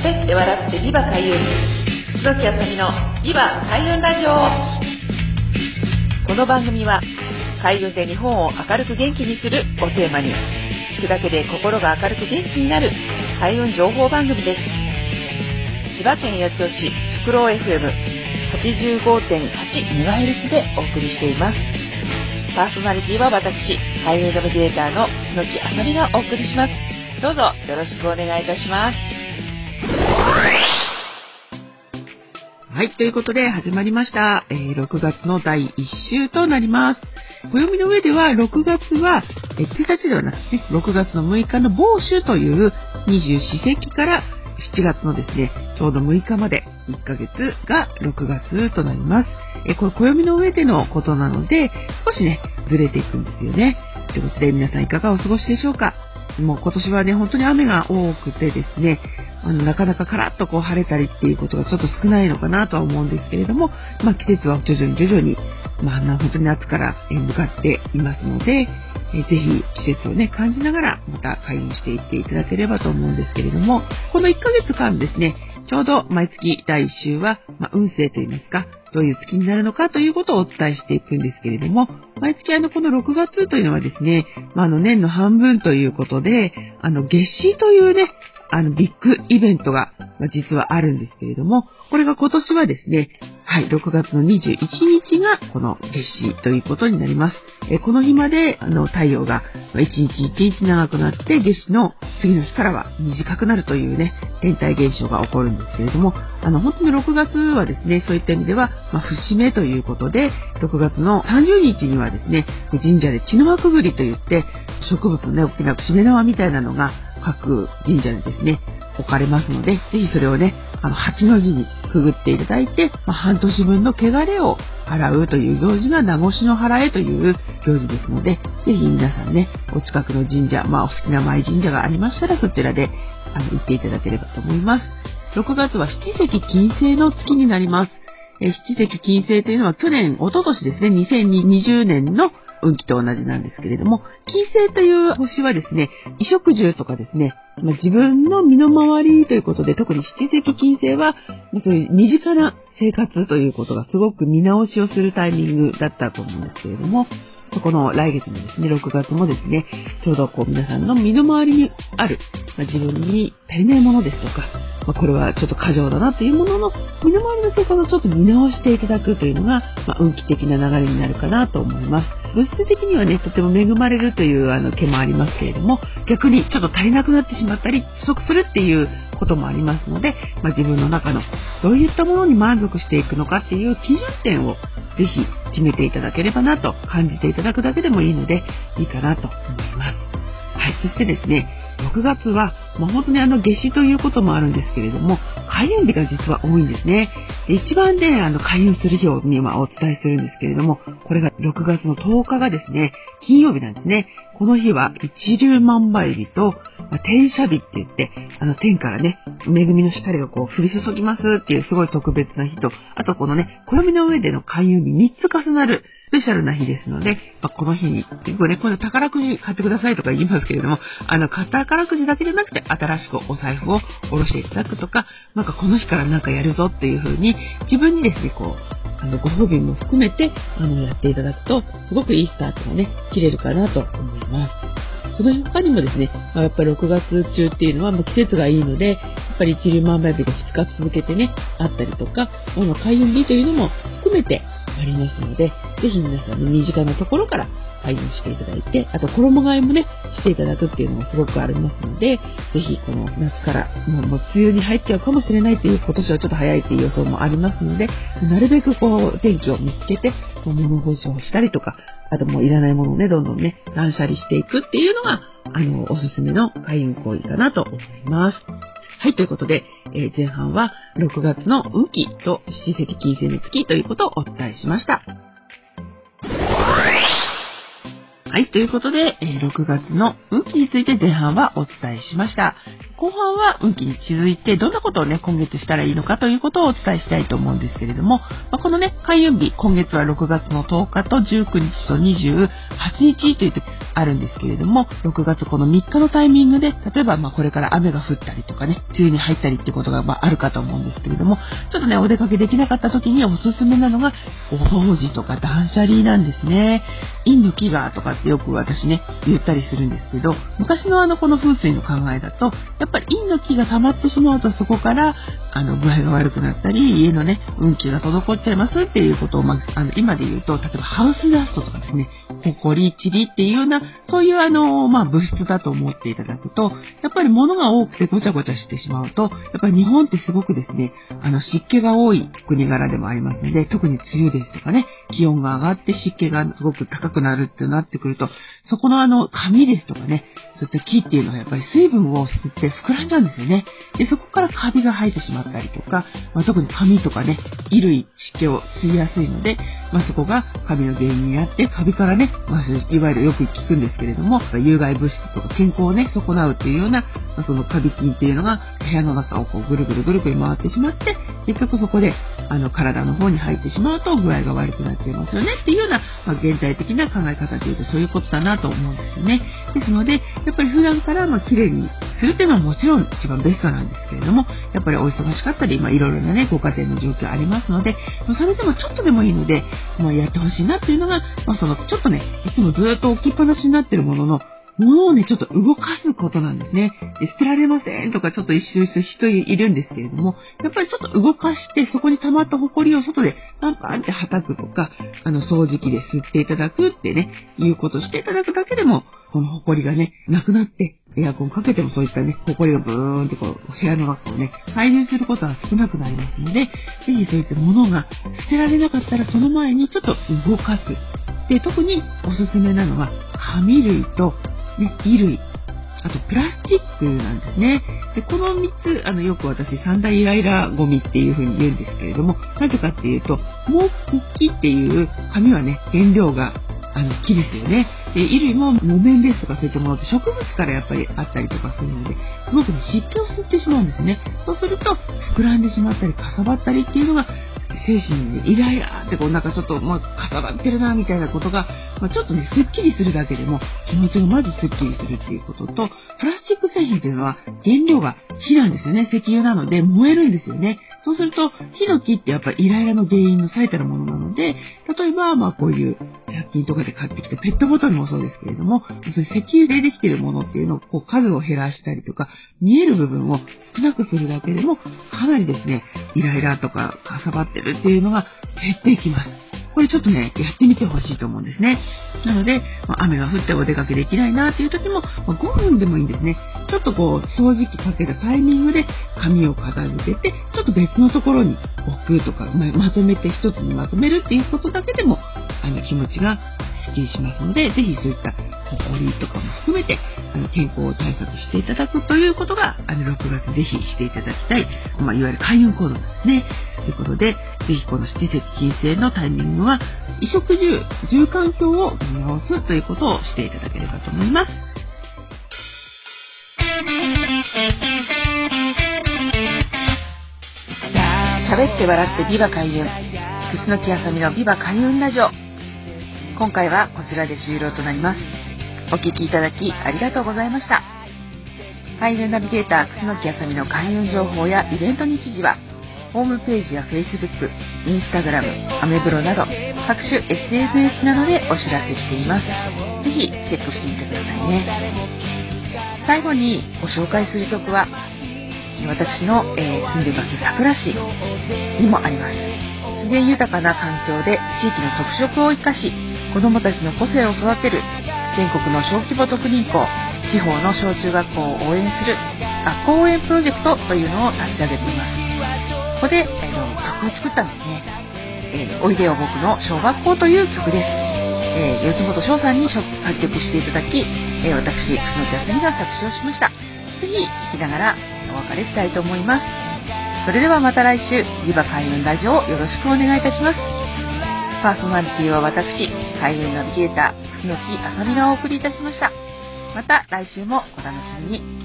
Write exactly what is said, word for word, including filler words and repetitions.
喋って笑ってビバ開運、楠木あさみのビバ開運ラジオ。この番組は開運で日本を明るく元気にするをテーマに、聞くだけで心が明るく元気になる開運情報番組です。千葉県八千代市フクロウ エフエムはちじゅうごてんはちメガヘルツ でお送りしています。パーソナリティは私、開運ナビゲーターの楠木あさみがお送りします。どうぞよろしくお願いいたします。はい、ということで始まりました、えー、ろくがつのだいいっ週となります。暦の上ではろくがつはえついたちではなくて、ね、ろくがつのむいかの某秋という二十四節気からしちがつのですね、ちょうどむいかまでいっかげつがろくがつとなります。えこれ暦の上でのことなので少しねずれていくんですよね。ということで皆さんいかがお過ごしでしょうか。もう今年はね本当に雨が多くてですね、あのなかなかカラッとこう晴れたりっていうことがちょっと少ないのかなとは思うんですけれども、まあ季節は徐々に徐々にまあ本当に夏から向かっていますので、えぜひ季節をね感じながらまた開運していっていただければと思うんですけれども、このいっかげつかんですね、ちょうど毎月だいいっ週は、まあ、運勢といいますか、どういう月になるのかということをお伝えしていくんですけれども、毎月あのこのろくがつというのはですね、まあ、あの年の半分ということで、あの夏至というね、あのビッグイベントが、まあ、実はあるんですけれども、これが今年はですね、はい、ろくがつのにじゅういちにちがこの夏至ということになります。えこの日まであの太陽がいちにちいちにち長くなって夏至の次の日からは短くなるというね天体現象が起こるんですけれども、あの本当にろくがつはですね、そういった意味では、まあ、節目ということでろくがつのさんじゅうにちにはですね、神社で血の輪くぐりといって植物のね大きな節目縄みたいなのが各神社でですね置かれますので、ぜひそれをねあのはちの字にくぐっていただいて、まあ、半年分の汚れを払うという行事が名越の払えという行事ですので、ぜひ皆さんねお近くの神社、まあお好きな舞神社がありましたらそちらであの行っていただければと思います。ろくがつは七石金星の月になります。え七石金星というのは去年、一昨年ですね、にせんにじゅうねんの運気と同じなんですけれども、金星という星はですね、衣食住とかですね、まあ、自分の身の回りということで、特に七石金星は、まあ、そういう身近な生活ということがすごく見直しをするタイミングだったと思うんですけれども、この来月のですね、ろくがつもですね、ちょうどこう皆さんの身の回りにある、まあ、自分に足りないものですとか、まあ、これはちょっと過剰だなというものの身の回りの生活をちょっと見直していただくというのが、まあ、運気的な流れになるかなと思います。物質的にはね、とても恵まれるというあの気もありますけれども、逆にちょっと足りなくなってしまったり不足するっていうこともありますので、まあ、自分の中のどういったものに満足していくのかっていう基準点をぜひ決めていただければなと、感じていただくだけでもいいのでいいかなと思います。はい、そしてですね、ろくがつは、まあ、本当にあの夏至ということもあるんですけれども、開運日が実は多いんですね。で一番ね、あの開運する日を今お伝えするんですけれども、これがろくがつのとおかがですね、金曜日なんですね。この日は一粒万倍日と、まあ、天赦日って言って、あの天からね、恵みの光がこう降り注ぎますっていうすごい特別な日と、あとこのね、暦の上での開運日みっつ重なるスペシャルな日ですので、まあ、この日に、結構ね、この宝くじ買ってくださいとか言いますけれども、あの、宝くじだけじゃなくて、新しくお財布を下ろしていただくとか、なんかこの日からなんかやるぞっていう風に、自分にですね、こう、あの、ご褒美も含めて、あの、やっていただくと、すごくいいスタートがね、切れるかなと思います。その他にもですね、まあ、やっぱりろくがつ中っていうのはもう季節がいいので、やっぱり一粒万倍日がふつか続けてね、あったりとか、あの、開運日というのも含めてありますので、ぜひ皆さんの身近なところから開運していただいて、あと衣替えもね、していただくっていうのもすごくありますので、ぜひこの夏から、もう、もう梅雨に入っちゃうかもしれないっていう、今年はちょっと早いっていう予想もありますので、なるべくこう、天気を見つけて、物干しをしたりとか、あともういらないものをね、どんどんね、断捨離していくっていうのが、あの、おすすめの開運行為かなと思います。はい、ということで、えー、前半はろくがつの運気と七石金星の月ということをお伝えしました。はい、ということで、えー、ろくがつの運気について前半はお伝えしました。 後半は運気に続いてどんなことをね、今月したらいいのかということをお伝えしたいと思うんですけれども、まあ、このね、開運日、今月はろくがつのとおかとじゅうくにちとにじゅうはちにちという時あるんですけれども、ろくがつこのみっかのタイミングで、例えばまあこれから雨が降ったりとかね、梅雨に入ったりってことがまああるかと思うんですけれども、ちょっとね、お出かけできなかった時におすすめなのが、お掃除とか断捨離なんですね。陰の気がとかってよく私ね、言ったりするんですけど、昔のあのこの風水の考えだと、やっぱり陰の気が溜まってしまうとそこからあの具合が悪くなったり、家のね、運気が滞っちゃいますっていうことを、まあ、あの今で言うと、例えばハウスダストとかですね、ホコリ、チリっていうような、そういうあの、まあ物質だと思っていただくと、やっぱり物が多くてごちゃごちゃしてしまうと、やっぱり日本ってすごくですね、あの湿気が多い国柄でもありますので、特に梅雨ですとかね、気温が上がって湿気がすごく高くなるってなってくると、そこのあの紙ですとかね、そういった木っていうのはやっぱり水分を吸って膨らんじゃうんですよね。で、そこからカビが生えてしまったりとか、まあ、特に紙とかね、衣類、湿気を吸いやすいので、まあ、そこがカビの原因になって、カビからね、まあ、いわゆるよく聞くんですけれども、有害物質とか健康をね、損なうっていうような、まあ、そのカビ菌っていうのが部屋の中をこうぐるぐるぐるぐる回ってしまって、結局そこであの体の方に入ってしまうと具合が悪くなっちゃいますよねっていうような、まあ、現代的な考え方でいうとそういうことだなと思うんですよね。ですので、やっぱり普段からまあ綺麗にするっていうのはもちろん一番ベストなんですけれども、やっぱりお忙しかったり、まあいろいろなね、ご家庭の状況ありますので、まあ、それでもちょっとでもいいので、まあ、やってほしいなっていうのが、まあそのちょっとね、いつもずっと置きっぱなしになってるものの、物をね、ちょっと動かすことなんですね。で捨てられませんとかちょっと一瞬一瞬人いるんですけれども、やっぱりちょっと動かして、そこに溜まったホコリを外でパンパンって叩くとか、あの掃除機で吸っていただくってね、いうことしていただくだけでも、このホコリがね、なくなって、エアコンかけてもそういったね、ホコリがブーンってこう、部屋の中をね、排入することは少なくなりますので、ぜひそういったものが捨てられなかったらその前にちょっと動かす。で、特におすすめなのは、紙類と、ね、衣類、あとプラスチックなんですね。で、このみっつ、あの、よく私三大イライラゴミっていう風に言うんですけれども、なぜかっていうと、木木っていう紙はね、原料があの木ですよね。で、衣類も木綿ですとかそういったものって植物からやっぱりあったりとかするので、すごくね、湿気を吸ってしまうんですね。そうすると、膨らんでしまったり、かさばったりっていうのが、精神に、ね、イライラってこうなんかちょっと、まあ、かさばってるなみたいなことが、まあ、ちょっとね、スッキリするだけでも気持ちがまずスッキリするっていうことと、プラスチック製品っていうのは原料が火なんですよね。石油なので燃えるんですよね。そうすると、火の木ってやっぱりイライラの原因の最たるものなので、例えば、まあこういうひゃく均とかで買ってきたペットボトルもそうですけれども、そういう石油でできているものっていうのをこう数を減らしたりとか、見える部分を少なくするだけでも、かなりですね、イライラとかかさばってるっていうのが減っていきます。これちょっとね、やってみてほしいと思うんですね。なので、まあ、雨が降ってお出かけできないなっていう時も、まあ、ごふんでもいいんですね。ちょっとこう、掃除機かけたタイミングで髪を片付けて、ちょっと別のところに置くとか、まあ、まとめて一つにまとめるっていうことだけでも、あの、気持ちがスッキリしますので、ぜひそういったホコリとかも含めて、あの、健康対策していただくということが、あの、ろくがつぜひしていただきたい、まあ、いわゆる開運行動ですね。ということで、ぜひこの七石金星のタイミングは、衣食住、住環境を見直すということをしていただければと思います。喋って笑ってビバ開運、楠木あさみのビバ開運ラジオ。今回はこちらで終了となります。お聞きいただきありがとうございました。開運ナビゲーター楠木あさみの開運情報やイベント日時は、ホームページや Facebook、Instagram、アメブロなど各種 エスエヌエス などでお知らせしています。ぜひチェックしてみてくださいね。最後にご紹介する曲は、私の、えー、住んでいます桜市にもあります。自然豊かな環境で地域の特色を生かし、子どもたちの個性を育てる全国の小規模特任校、地方の小中学校を応援する学校応援プロジェクトというのを立ち上げています。ここで、えー、曲を作ったんですね。えー、おいでよ僕の小学校という曲です。えー、四本翔さんに作曲していただき、えー、私、楠木あさみが作詞をしました。ぜひ聴きながらお別れしたいと思います。それではまた来週、ビバ開運ラジオをよろしくお願いいたします。パーソナリティは私、開運ナビゲーター、楠木あさみがお送りいたしました。また来週もお楽しみに。